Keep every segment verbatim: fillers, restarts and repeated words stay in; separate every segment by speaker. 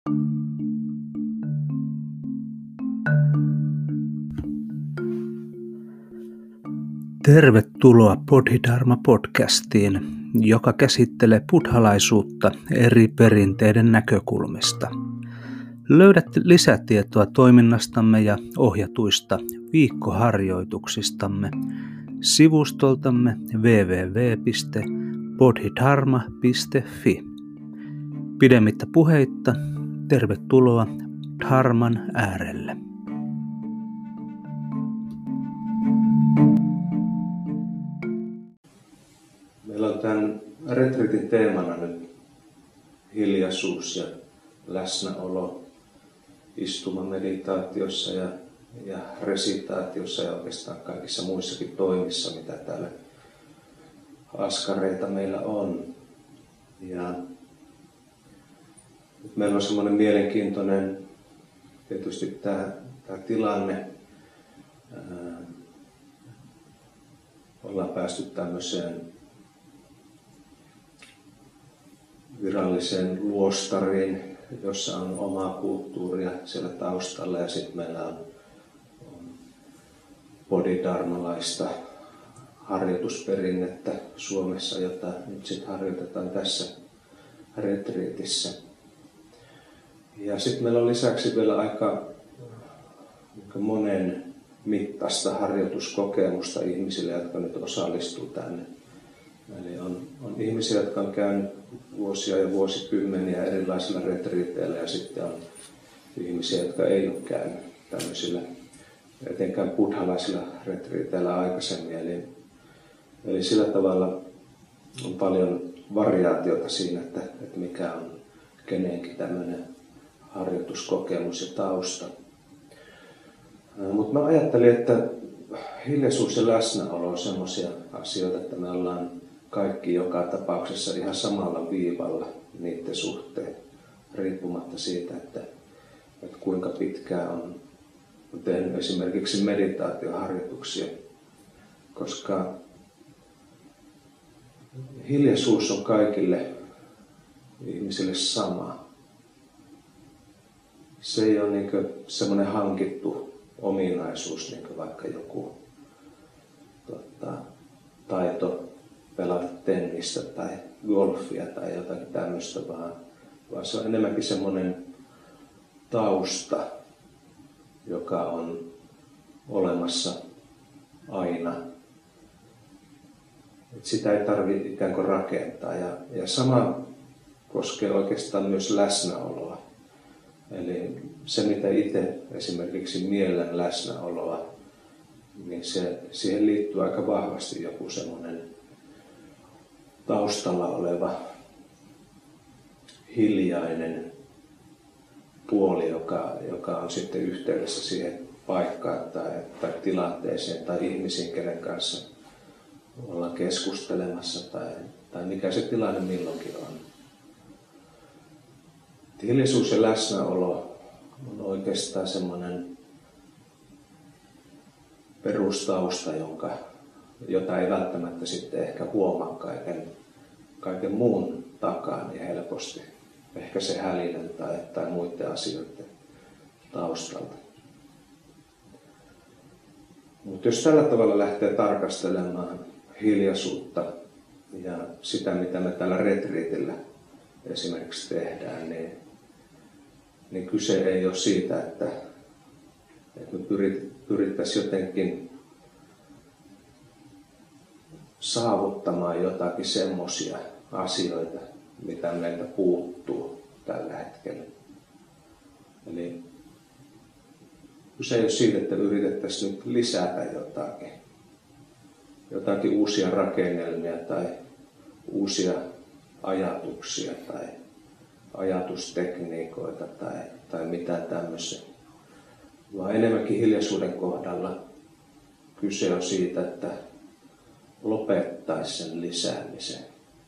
Speaker 1: Tervetuloa Bodhidharma-podcastiin, joka käsittelee buddhalaisuutta eri perinteiden näkökulmista. Löydät lisätietoa toiminnastamme ja ohjatuista viikkoharjoituksistamme sivustoltamme double-u double-u double-u piste bodhidharma piste fi. Pidemmittä puheitta, tervetuloa Dharman äärelle.
Speaker 2: Meillä on tämän retriitin teemana nyt hiljaisuus ja läsnäolo istumameditaatiossa ja, ja resitaatiossa ja oikeastaan kaikissa muissakin toimissa, mitä täällä askareita meillä on. Ja nyt meillä on semmoinen mielenkiintoinen tietysti tämä, tämä tilanne. Ää, ollaan päästy tämmöiseen viralliseen luostariin, jossa on omaa kulttuuria siellä taustalla ja sitten meillä on, on bodhidharmalaista harjoitusperinnettä Suomessa, jota nyt sitten harjoitetaan tässä retriitissä. Ja sitten meillä on lisäksi vielä aika, aika monen mittaista harjoituskokemusta ihmisille, jotka nyt osallistuu tänne. Eli on, on ihmisiä, jotka on käynyt vuosia ja vuosikymmeniä erilaisilla retriiteillä ja sitten on ihmisiä, jotka ei ole käynyt tämmöisillä etenkään buddhalaisilla retriiteillä aikaisemmin. Eli, eli sillä tavalla on paljon variaatiota siinä, että, että mikä on kenenkin tämmöinen harjoituskokemus ja tausta. Mutta mä ajattelin, että hiljaisuus ja läsnäolo on semmoisia asioita, että me ollaan kaikki joka tapauksessa ihan samalla viivalla niiden suhteen, riippumatta siitä, että, että kuinka pitkään on tehnyt esimerkiksi meditaatioharjoituksia, koska hiljaisuus on kaikille ihmisille sama. Se ei ole niin semmoinen hankittu ominaisuus, niin kuin vaikka joku tota, taito pelata tennistä tai golfia tai jotakin tämmöistä, vaan, vaan se on enemmänkin semmoinen tausta, joka on olemassa aina. Et sitä ei tarvitse ikään kuin rakentaa. Ja, ja sama koskee oikeastaan myös läsnäoloa. Eli se, mitä itse esimerkiksi mielen läsnäoloa, niin se, siihen liittyy aika vahvasti joku semmoinen taustalla oleva hiljainen puoli, joka, joka on sitten yhteydessä siihen paikkaan tai, tai tilanteeseen tai ihmisiin, kenen kanssa ollaan keskustelemassa tai, tai mikä se tilanne milloinkin on. Hiljaisuus ja läsnäolo on oikeastaan semmoinen perustausta, jonka, jota ei välttämättä sitten ehkä huomaa kaiken, kaiken muun takaa niin helposti. Ehkä se hälinän tai, tai muiden asioiden taustalta. Mutta jos tällä tavalla lähtee tarkastelemaan hiljaisuutta ja sitä, mitä me täällä retriitillä esimerkiksi tehdään, niin, niin kyse ei ole siitä, että, että me pyrit, pyrittäisiin jotenkin saavuttamaan jotakin semmoisia asioita, mitä meiltä puuttuu tällä hetkellä. Eli kyse ei ole siitä, että yritettäisiin nyt lisätä jotakin, jotakin uusia rakennelmia tai uusia ajatuksia tai ajatustekniikoita tai, tai mitään tämmöisiä. Vaan enemmänkin hiljaisuuden kohdalla kyse on siitä, että lopettaisi sen lisäämisen.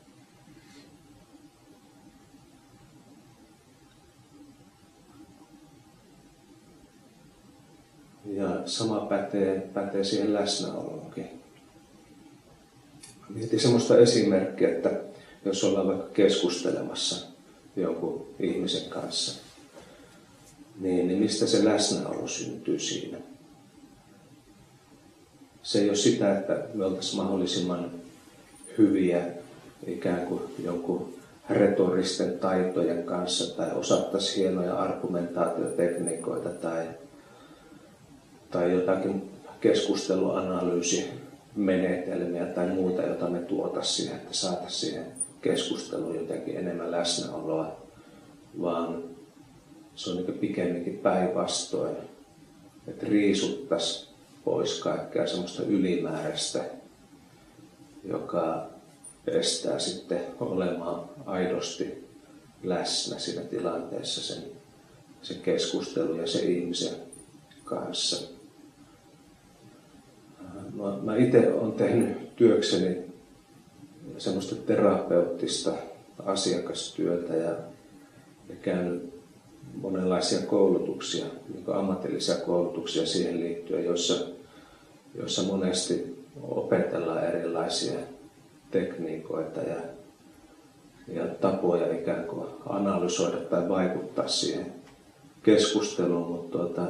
Speaker 2: Ja sama pätee, pätee siihen läsnäoloonkin. Mietin semmoista esimerkkiä, että jos ollaan vaikka keskustelemassa jonkun ihmisen kanssa, niin, niin mistä se läsnäolo syntyy siinä? Se ei ole sitä, että me oltaisiin mahdollisimman hyviä ikään kuin jonkun retoristen taitojen kanssa tai osattaisiin hienoja argumentaatiotekniikoita tai, tai jotakin keskusteluanalyysimenetelmiä tai muita, joita me tuotaisiin siihen, että saataisiin siihen keskusteluun jotenkin enemmän läsnäoloa, vaan se on niin pikemminkin päinvastoin, että riisuttaisiin pois kaikkea semmoista ylimääräistä, joka estää sitten olemaan aidosti läsnä siinä tilanteessa sen, sen keskustelun ja sen ihmisen kanssa. Mä, mä itse olen tehnyt työkseni semmoista terapeuttista asiakastyötä ja, ja käynyt monenlaisia koulutuksia, niin ammatillisia koulutuksia siihen liittyen, joissa, joissa monesti opetellaan erilaisia tekniikoita ja, ja tapoja ikään kuin analysoida tai vaikuttaa siihen keskusteluun, mutta tuota,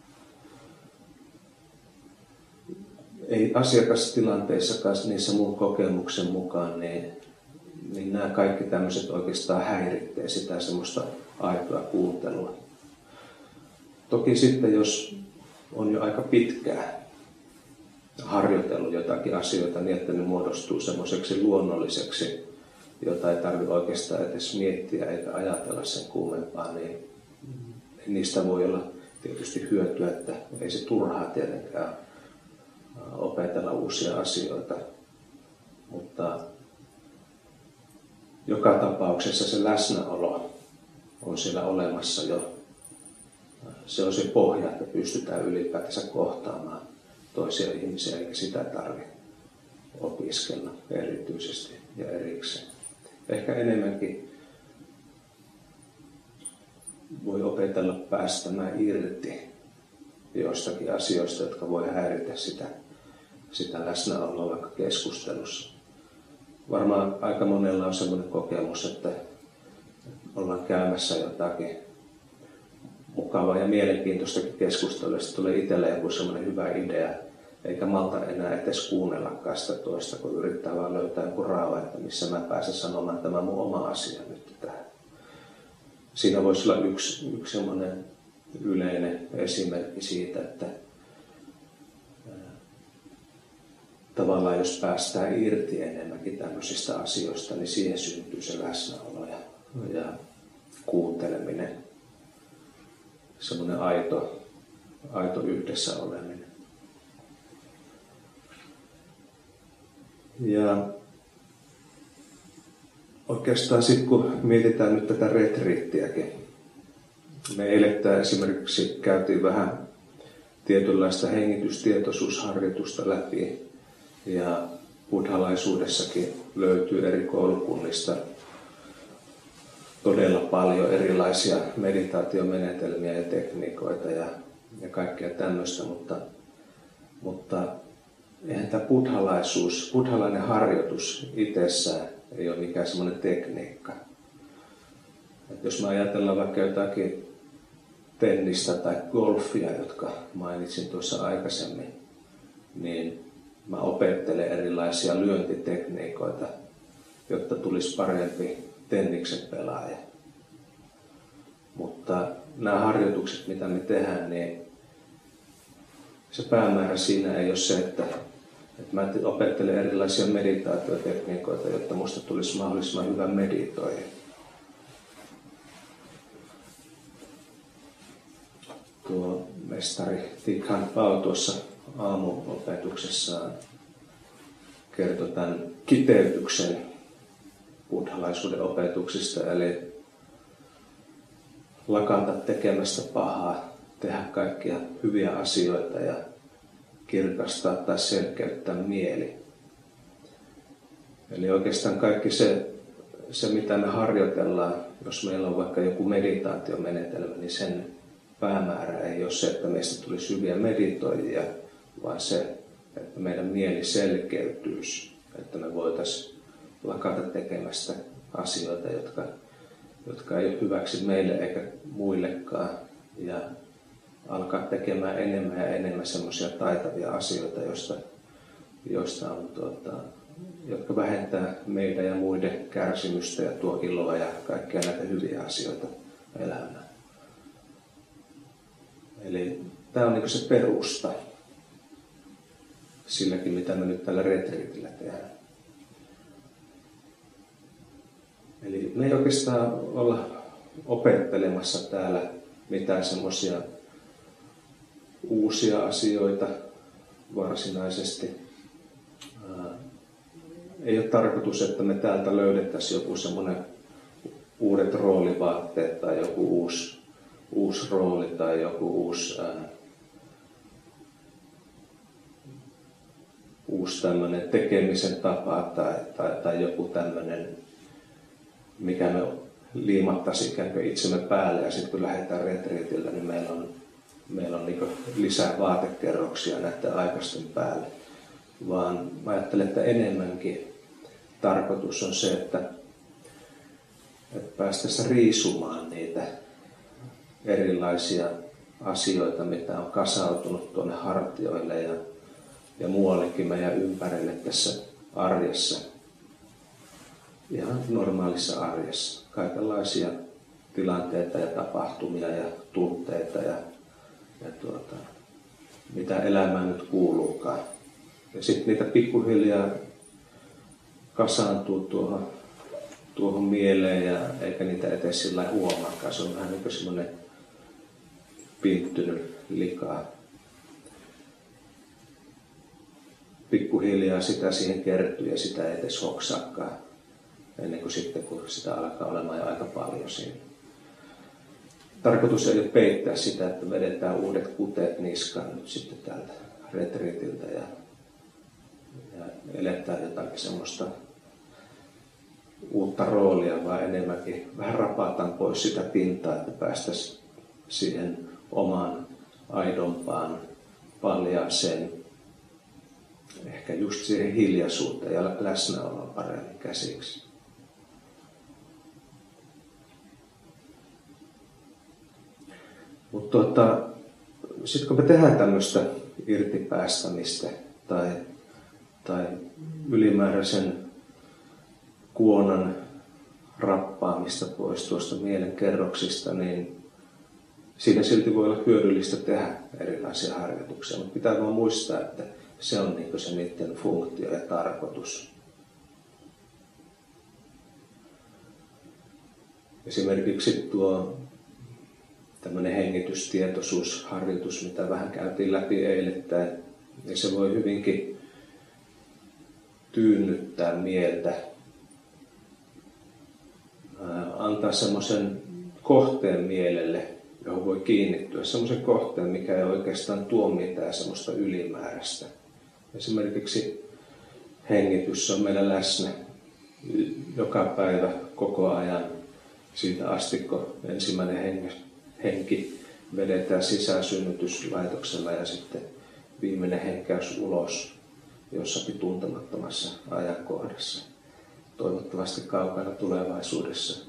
Speaker 2: ei asiakastilanteissakaan niissä mun kokemuksen mukaan, niin, niin nämä kaikki tämmöiset oikeastaan häiritsee sitä semmoista aitoa kuuntelua. Toki sitten, jos on jo aika pitkään harjoitellut jotakin asioita niin, että ne muodostuu semmoiseksi luonnolliseksi, jota ei tarvitse oikeastaan edes miettiä eikä ajatella sen kummempaa, niin niistä voi olla tietysti hyötyä, että ei se turhaa tietenkään opetella uusia asioita, mutta joka tapauksessa se läsnäolo on siellä olemassa jo. Se on se pohja, että pystytään ylipäätänsä kohtaamaan toisia ihmisiä, eikä sitä tarvitse opiskella erityisesti ja erikseen. Ehkä enemmänkin voi opetella päästämään irti joistakin asioista, jotka voi häiritä sitä, sitä läsnäoloa vaikka keskustelussa. Varmaan aika monella on sellainen kokemus, että ollaan käymässä jotakin mukavaa ja mielenkiintoistakin keskustelua, ja tulee itselle joku sellainen hyvä idea, eikä malta enää edes kuunnellakaan sitä toista, kun yrittää vaan löytää joku raava, että missä mä pääsen sanomaan tämä mun oma asia nyt tähän. Siinä voisi olla yksi, yksi sellainen yleinen esimerkki siitä, että tavallaan jos päästään irti enemmänkin tämmöisistä asioista, niin siihen syntyy se läsnäolo ja, ja kuunteleminen, semmoinen aito, aito yhdessä oleminen. Ja oikeastaan sitten kun mietitään nyt tätä retriittiäkin, me eilettäin esimerkiksi käytiin vähän tietynlaista hengitystietoisuusharjoitusta läpi ja buddhalaisuudessakin löytyy eri koulukunnista todella paljon erilaisia meditaatiomenetelmiä ja tekniikoita ja, ja kaikkea tämmöistä, mutta, mutta eihän tämä buddhalaisuus, buddhalainen harjoitus itsessään ei ole mikään semmoinen tekniikka. Et jos me ajatellaan vaikka jotakin tennistä tai golfia, jotka mainitsin tuossa aikaisemmin, niin mä opettelen erilaisia lyöntitekniikoita, jotta tulisi parempi tenniksen pelaaja. Mutta nämä harjoitukset, mitä me tehdään, niin se päämäärä siinä ei ole se, että, että mä opettelen erilaisia meditaatiotekniikoita, jotta musta tulisi mahdollisimman hyvä meditoija. Tuo mestari Thich Nhat Hanh tuossa aamuopetuksessaan kertoi tämän kiteytyksen buddhalaisuuden opetuksista, eli lakata tekemästä pahaa, tehdä kaikkia hyviä asioita ja kirkastaa tai selkeyttää mieli. Eli oikeastaan kaikki se, se mitä me harjoitellaan, jos meillä on vaikka joku meditaatiomenetelmä, niin sen päämäärä ei ole se, että meistä tulisi hyviä meditoijia, vaan se, että meidän mieli selkeytyisi, että me voitaisiin lakata tekemästä asioita, jotka, jotka ei ole hyväksi meille eikä muillekaan, ja alkaa tekemään enemmän ja enemmän semmoisia taitavia asioita, joista, joista on, tuota, jotka vähentää meidän ja muiden kärsimystä ja tuo iloa ja kaikkia näitä hyviä asioita elämään. Eli tämä on niin se perusta silläkin, mitä me nyt tällä retriitillä tehdään. Eli me ei oikeastaan olla opettelemassa täällä mitään semmoisia uusia asioita varsinaisesti. Ei ole tarkoitus, että me täältä löydettäisiin joku semmoinen uudet roolivaatteet tai joku uusi, uusi rooli tai joku uusi, ää, uusi tämmöinen tekemisen tapa tai, tai, tai joku tämmöinen, mikä me liimattaisiin ikään kuin itsemme päälle ja sitten kun lähdetään retriitiltä, niin meillä on, meillä on niin lisää vaatekerroksia näiden aikaisten päälle. Vaan mä ajattelen, että enemmänkin tarkoitus on se, että, että päästäisiin riisumaan niitä erilaisia asioita, mitä on kasautunut tuonne hartioille ja, ja muuallekin meidän ympärille tässä arjessa. Ihan normaalissa arjessa. Kaikenlaisia tilanteita ja tapahtumia ja tunteita ja, ja tuota, mitä elämään nyt kuuluukaan. Ja sitten niitä pikkuhiljaa kasaantuu tuohon, tuohon mieleen ja eikä niitä edes sillä huomaakaan. Se on vähän niin kuin semmoinen pinttynyt likaa. Pikkuhiljaa sitä siihen kertyy ja sitä ei edes hoksaakaan. Ennen kuin sitten, kun sitä alkaa olemaan jo aika paljon siinä. Tarkoitus ei ole peittää sitä, että vedetään uudet kuteet niskaan nyt sitten täältä retriitiltä ja, ja eletään jotakin semmoista uutta roolia, vaan enemmänkin vähän rapataan pois sitä pintaa, että päästäisiin siihen omaan aidompaan, paljaaseen, ehkä just siihen hiljaisuuteen ja läsnäoloon paremmin käsiksi. Mutta tuota, sitten kun me tehdään tämmöistä irtipäästämistä tai, tai ylimääräisen kuonan rappaamista pois tuosta mielenkerroksista, niin siinä silti voi olla hyödyllistä tehdä erilaisia harjoituksia. Mutta pitää vaan muistaa, että se on niin se niiden funktio ja tarkoitus. Esimerkiksi tuo tämmöinen hengitystietoisuusharjoitus, mitä vähän käytiin läpi eilettäin, niin se voi hyvinkin tyynnyttää mieltä, antaa semmoisen kohteen mielelle, johon voi kiinnittyä, semmoisen kohteen, mikä ei oikeastaan tuo mitään semmoista ylimääräistä. Esimerkiksi hengitys on meillä läsnä joka päivä koko ajan siitä asti, kun ensimmäinen henki vedetään sisäsynnytyslaitoksella ja sitten viimeinen henkäys ulos jossakin tuntemattomassa ajankohdassa, toivottavasti kaukana tulevaisuudessa.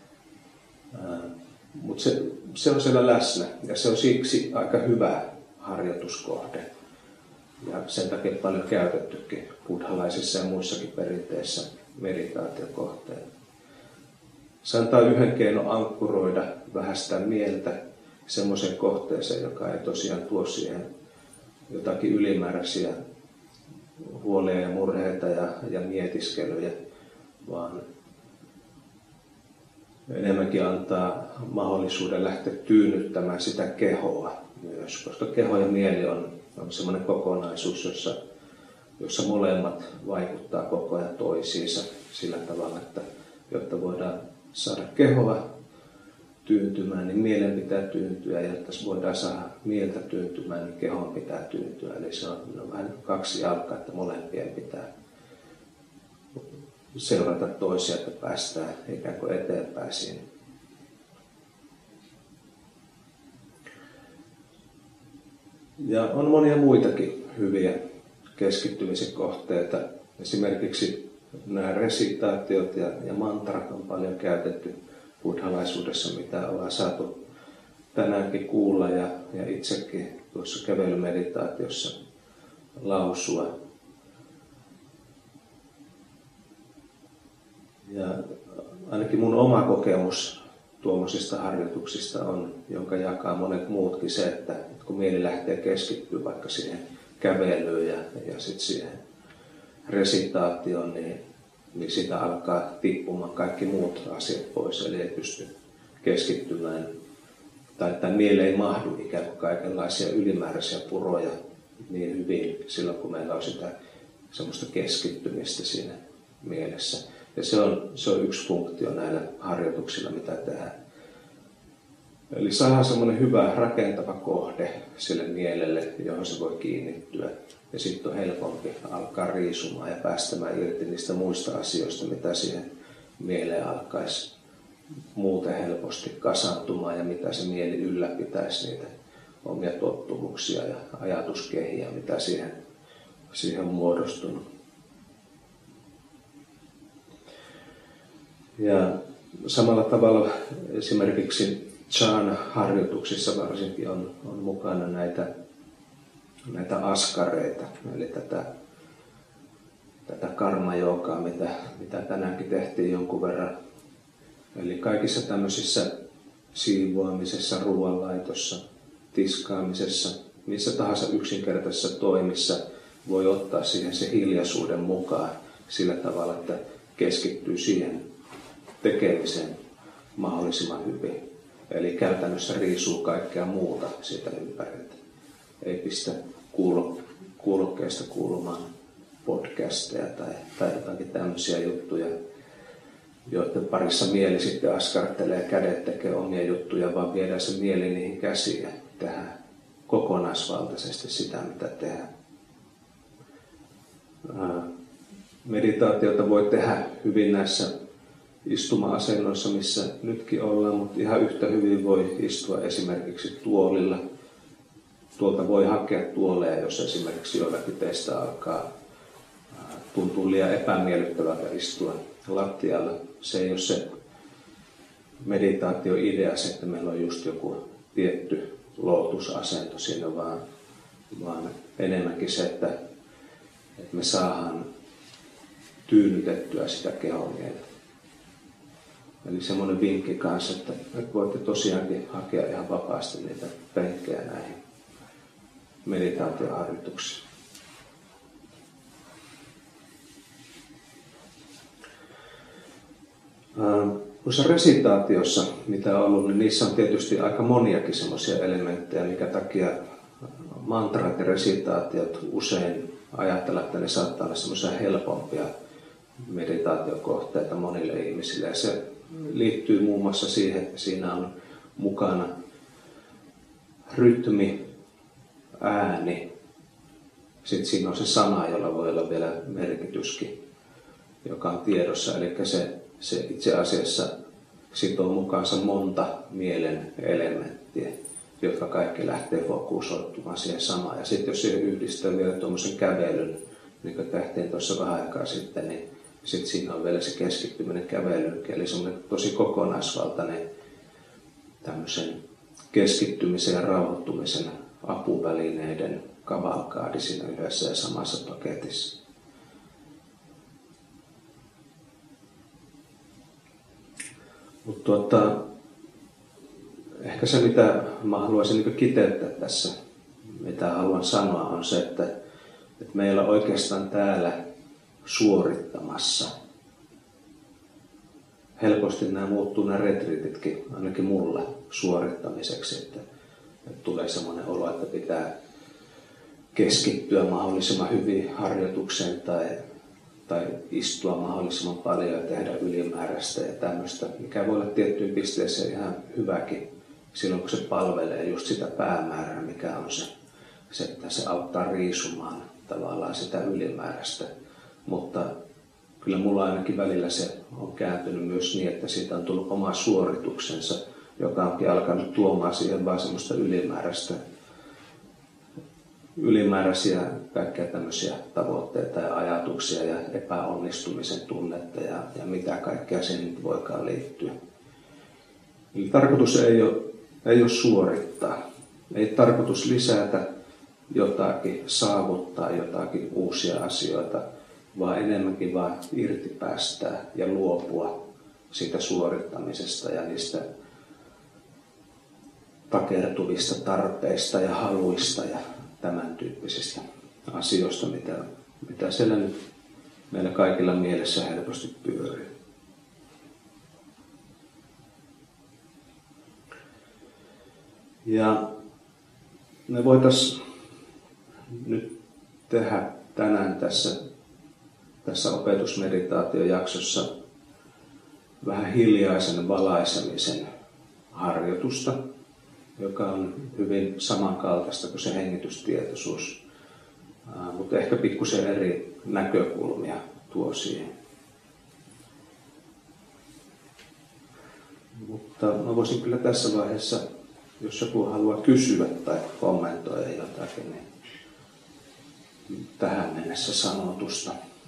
Speaker 2: Mutta se, se on siellä läsnä ja se on siksi aika hyvä harjoituskohde. Ja sen takia paljon käytettykin buddhalaisissa ja muissakin perinteissä meditaatiokohteena. Se antaa yhden keinon ankkuroida vähän sitä mieltä semmoiseen kohteeseen, joka ei tosiaan tuo siihen jotakin ylimääräisiä huolia ja murheita ja, ja mietiskelyjä, vaan enemmänkin antaa mahdollisuuden lähteä tyynnyttämään sitä kehoa myös, koska keho ja mieli on, on semmoinen kokonaisuus, jossa, jossa molemmat vaikuttaa koko ajan toisiinsa sillä tavalla, että jotta voidaan saada kehoa tyyntymään, niin mielen pitää tyyntyä, ja jotta voidaan saada mieltä tyyntymään, niin kehon pitää tyyntyä. Eli se on, on vähän kaksi jalkaa, että molempien pitää seurata toisia, että päästään ikään kuin eteenpäin siinä. Ja on monia muitakin hyviä keskittymisen kohteita. Esimerkiksi nämä resitaatiot ja, ja mantrat on paljon käytetty buddhalaisuudessa, mitä ollaan saatu tänäänkin kuulla ja, ja itsekin tuossa kävelymeditaatiossa lausua. Ja ainakin mun oma kokemus tuommoisista harjoituksista on, jonka jakaa monet muutkin, se, että kun mieli lähtee keskittyä vaikka siihen kävelyyn ja, ja sitten siihen resitaatioon, niin, niin sitä alkaa tippumaan kaikki muut asiat pois, eli ei pysty keskittymään. Tai että mieleen ei mahdu ikään kuin kaikenlaisia ylimääräisiä puroja niin hyvin silloin, kun meillä on sitä semmoista keskittymistä siinä mielessä. Ja se on, se on yksi funktio näillä harjoituksilla, mitä tehdään. Eli saadaan semmoinen hyvä rakentava kohde sille mielelle, johon se voi kiinnittyä. Ja sitten on helpompi alkaa riisumaan ja päästämään irti niistä muista asioista, mitä siihen mieleen alkaisi muuten helposti kasaantumaan ja mitä se mieli ylläpitäisi niitä omia tottumuksia ja ajatuskehiä, mitä siihen, siihen on muodostunut. Ja samalla tavalla esimerkiksi Chan-harjoituksissa varsinkin on, on mukana näitä, näitä askareita, eli tätä, tätä karma-joogaa, mitä, mitä tänäänkin tehtiin jonkun verran. Eli kaikissa tämmöisissä siivoamisessa, ruoanlaitossa, tiskaamisessa, missä tahansa yksinkertaisessa toimissa voi ottaa siihen se hiljaisuuden mukaan sillä tavalla, että keskittyy siihen tekemisen mahdollisimman hyvin. Eli käytännössä riisuu kaikkea muuta siitä ympäriltä. Ei pistä kuulo, kuulokkeesta kuulumaan podcasteja tai, tai jotakin tämmöisiä juttuja, joiden parissa mieli sitten askartelee ja kädet tekee omia juttuja, vaan viedään se mieli niihin käsiin ja tehdään kokonaisvaltaisesti sitä, mitä tehdään. Meditaatiota voi tehdä hyvin näissä istuma-asennoissa, missä nytkin ollaan, mutta ihan yhtä hyvin voi istua esimerkiksi tuolilla. Tuolta voi hakea tuoleja, jos esimerkiksi jollakin teistä alkaa tuntua liian epämiellyttävältä istua lattialla. Se ei ole se meditaatio-idea, se, että meillä on just joku tietty lootusasento siinä, vaan, vaan enemmänkin se, että, että me saadaan tyynnytettyä sitä kehonmieltä. Eli semmoinen vinkki kanssa, että voitte tosiaankin hakea ihan vapaasti niitä penkkejä näihin meditaatioharjoituksiin. Noissa resitaatiossa, mitä on ollut, niin niissä on tietysti aika moniakin semmoisia elementtejä, mikä takia mantrat ja resitaatiot usein ajatellaan, että ne saattaa olla semmoisia helpompia meditaatiokohteita monille ihmisille. Ja se liittyy muun muassa siihen, että siinä on mukana rytmi, ääni. Sitten siinä on se sana, jolla voi olla vielä merkityskin, joka on tiedossa. Eli se, se itse asiassa sitoo mukaansa monta mielen elementtiä, jotka kaikki lähtee fokusoitumaan siihen samaan. Ja sitten jos siihen yhdistää vielä tuommoisen kävelyn, niin kuin tehtiin tuossa vähän aikaa sitten, niin sitten siinä on vielä se keskittyminen kävelyynkin. Eli semmoinen tosi kokonaisvaltainen tämmöisen keskittymisen ja rauhoittumisen apuvälineiden kavalkaadi siinä yhdessä ja samassa paketissa. Mutta tuota, ehkä se, mitä mä haluaisin niin kiteyttää tässä, mitä haluan sanoa, on se, että, että meillä oikeastaan täällä suorittamassa. Helposti nämä muuttuu nämä retriititkin, ainakin mulla, suorittamiseksi, että, että tulee semmoinen olo, että pitää keskittyä mahdollisimman hyvin harjoitukseen tai, tai istua mahdollisimman paljon ja tehdä ylimääräistä ja tämmöistä, mikä voi olla tiettyyn pisteeseen ihan hyväkin silloin, kun se palvelee just sitä päämäärää, mikä on se, se että se auttaa riisumaan tavallaan sitä ylimääräistä. Mutta kyllä mulla ainakin välillä se on kääntynyt myös niin, että siitä on tullut oma suorituksensa, joka onkin alkanut tuomaan siihen vaan semmoista ylimääräistä, ylimääräisiä kaikkea tämmöisiä tavoitteita ja ajatuksia ja epäonnistumisen tunnetta ja, ja mitä kaikkea siihen nyt voikaan liittyä. Eli tarkoitus ei ole ei ole suorittaa. Ei tarkoitus lisätä jotakin, saavuttaa jotakin uusia asioita, vaan enemmänkin vaan irti päästää ja luopua siitä suorittamisesta ja niistä takertuvista tarpeista ja haluista ja tämän tyyppisistä asioista, mitä, mitä siellä nyt meillä kaikilla mielessä helposti pyörii. Ja me voitaisiin nyt tehdä tänään tässä, tässä opetusmeditaatiojaksossa vähän hiljaisen valaisemisen harjoitusta, joka on hyvin samankaltaista kuin se hengitystietoisuus, mutta ehkä pikkusen eri näkökulmia tuo siihen. Mutta mä voisin kyllä tässä vaiheessa, jos joku haluaa kysyä tai kommentoida jotakin, niin tähän mennessä sanotusta.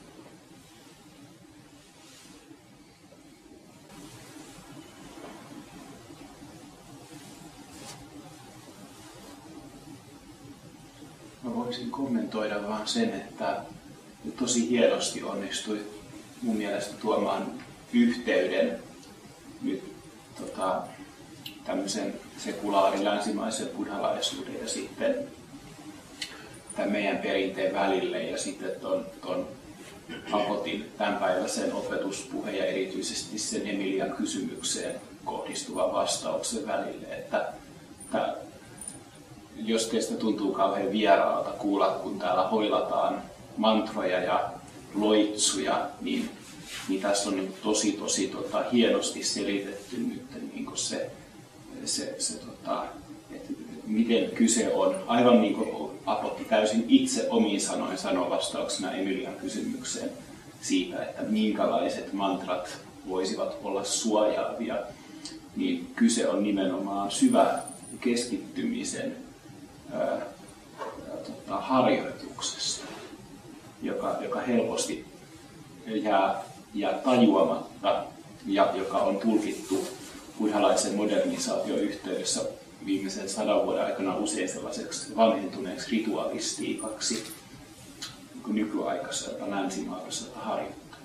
Speaker 3: Mä voisin kommentoida vaan sen, että tosi hienosti onnistui mun mielestä tuomaan yhteyden nyt tota, tämmöisen sekulaarin länsimaisen buddhalaisuuden ja sitten tämän meidän perinteen välille ja sitten ton, ton Apotin tämänpäiväisen opetuspuheen ja erityisesti sen Emilian kysymykseen kohdistuvan vastauksen välille. Että, että jos teistä tuntuu kauhean vieraalta kuulla, kun täällä hoilataan mantroja ja loitsuja, niin, niin tässä on nyt tosi tosi tota, hienosti selitetty nyt niin kuin se, se, se tota, että miten kyse on, aivan niin kuin Apotti täysin itse omiin sanoin sanoi vastauksena Emilian kysymykseen siitä, että minkälaiset mantrat voisivat olla suojaavia, niin kyse on nimenomaan syvä keskittymisen ää, tota, harjoituksesta, joka, joka helposti jää, jää tajuamatta ja joka on tulkittu buddhalaisen modernisaation yhteydessä viimeisen sadan vuoden aikana usein sellaiseksi vanhentuneeksi ritualistiikaksi niin nykyaikaiselta länsimaalaiselta harjoittelua.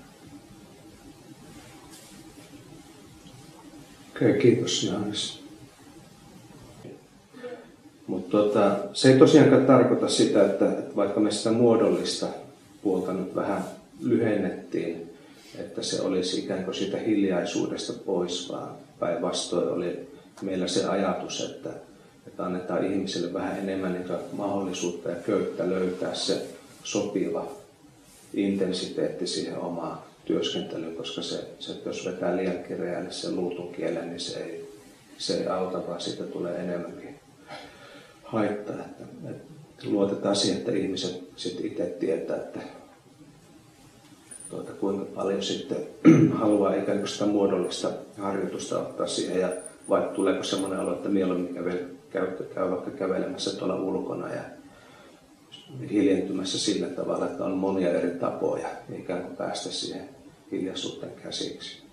Speaker 2: Okei, okay, kiitos Johannes. Mutta tota, se ei tosiaankaan tarkoita sitä, että, että vaikka me sitä muodollista puolta nyt vähän lyhennettiin, että se olisi ikään kuin siitä hiljaisuudesta pois, vaan päinvastoin oli meillä se ajatus, että, että annetaan ihmiselle vähän enemmän niin mahdollisuutta ja köyttä löytää se sopiva intensiteetti siihen omaan työskentelyyn, koska se, se, jos vetää liian kireälle sen luutun kielen, niin se ei, se ei auta, vaan siitä tulee enemmänkin haittaa. Että, että luotetaan siihen, että ihmiset sitten itse tietää, että tuota, kuinka paljon sitten haluaa ikään kuin sitä muodollista harjoitusta ottaa siihen, ja vaikka tuleeko semmoinen olo, että mieluummin käy, käy, käy vaikka kävelemässä tuolla ulkona ja hiljentymässä sillä tavalla, että on monia eri tapoja ikään kuin päästä siihen hiljaisuuteen käsiksi.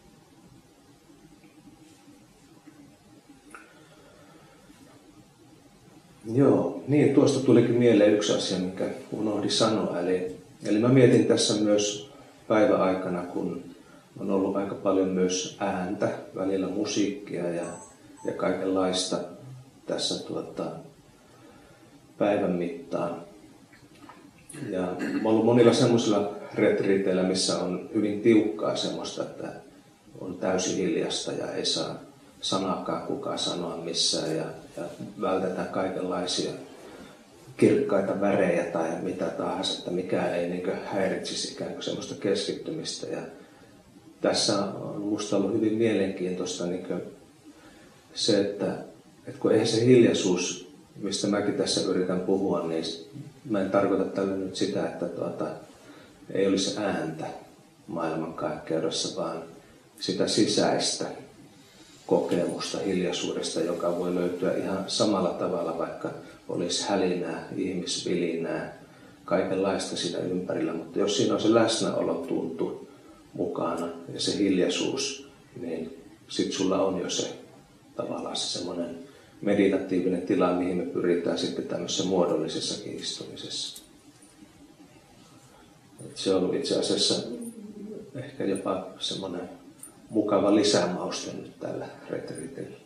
Speaker 2: Joo, niin tuosta tulikin mieleen yksi asia, mikä unohdin sanoa. Eli, eli mä mietin tässä myös päiväaikana, kun on ollut aika paljon myös ääntä, välillä musiikkia ja, ja kaikenlaista tässä tuota, päivän mittaan. Ja mä oon ollut monilla semmoisilla retriiteillä, missä on hyvin tiukkaa semmoista, että on täysin hiljasta ja ei saa sanaakaan kukaan sanoa missään ja, ja vältetään kaikenlaisia kirkkaita värejä tai mitä tahansa, että mikään ei niin kuin häiritsisi ikään kuin semmoista keskittymistä. Ja tässä on musta ollut hyvin mielenkiintoista niin kuin se, että, että kun eihän se hiljaisuus, mistä mäkin tässä yritän puhua, niin mä en tarkoita tällä nyt sitä, että tuota, ei olisi ääntä maailmankaikkeudessa, vaan sitä sisäistä kokemusta hiljaisuudesta, joka voi löytyä ihan samalla tavalla, vaikka olisi hälinää, ihmisvilinää, kaikenlaista siinä ympärillä. Mutta jos siinä on se läsnäolo tuntu mukana ja se hiljaisuus, niin sitten sulla on jo se tavallaan se semmoinen meditatiivinen tila, mihin me pyritään sitten tämmöisessä muodollisessakin istumisessa. Et se on ollut itse asiassa ehkä jopa semmoinen mukava lisämauste nyt tällä retriitillä.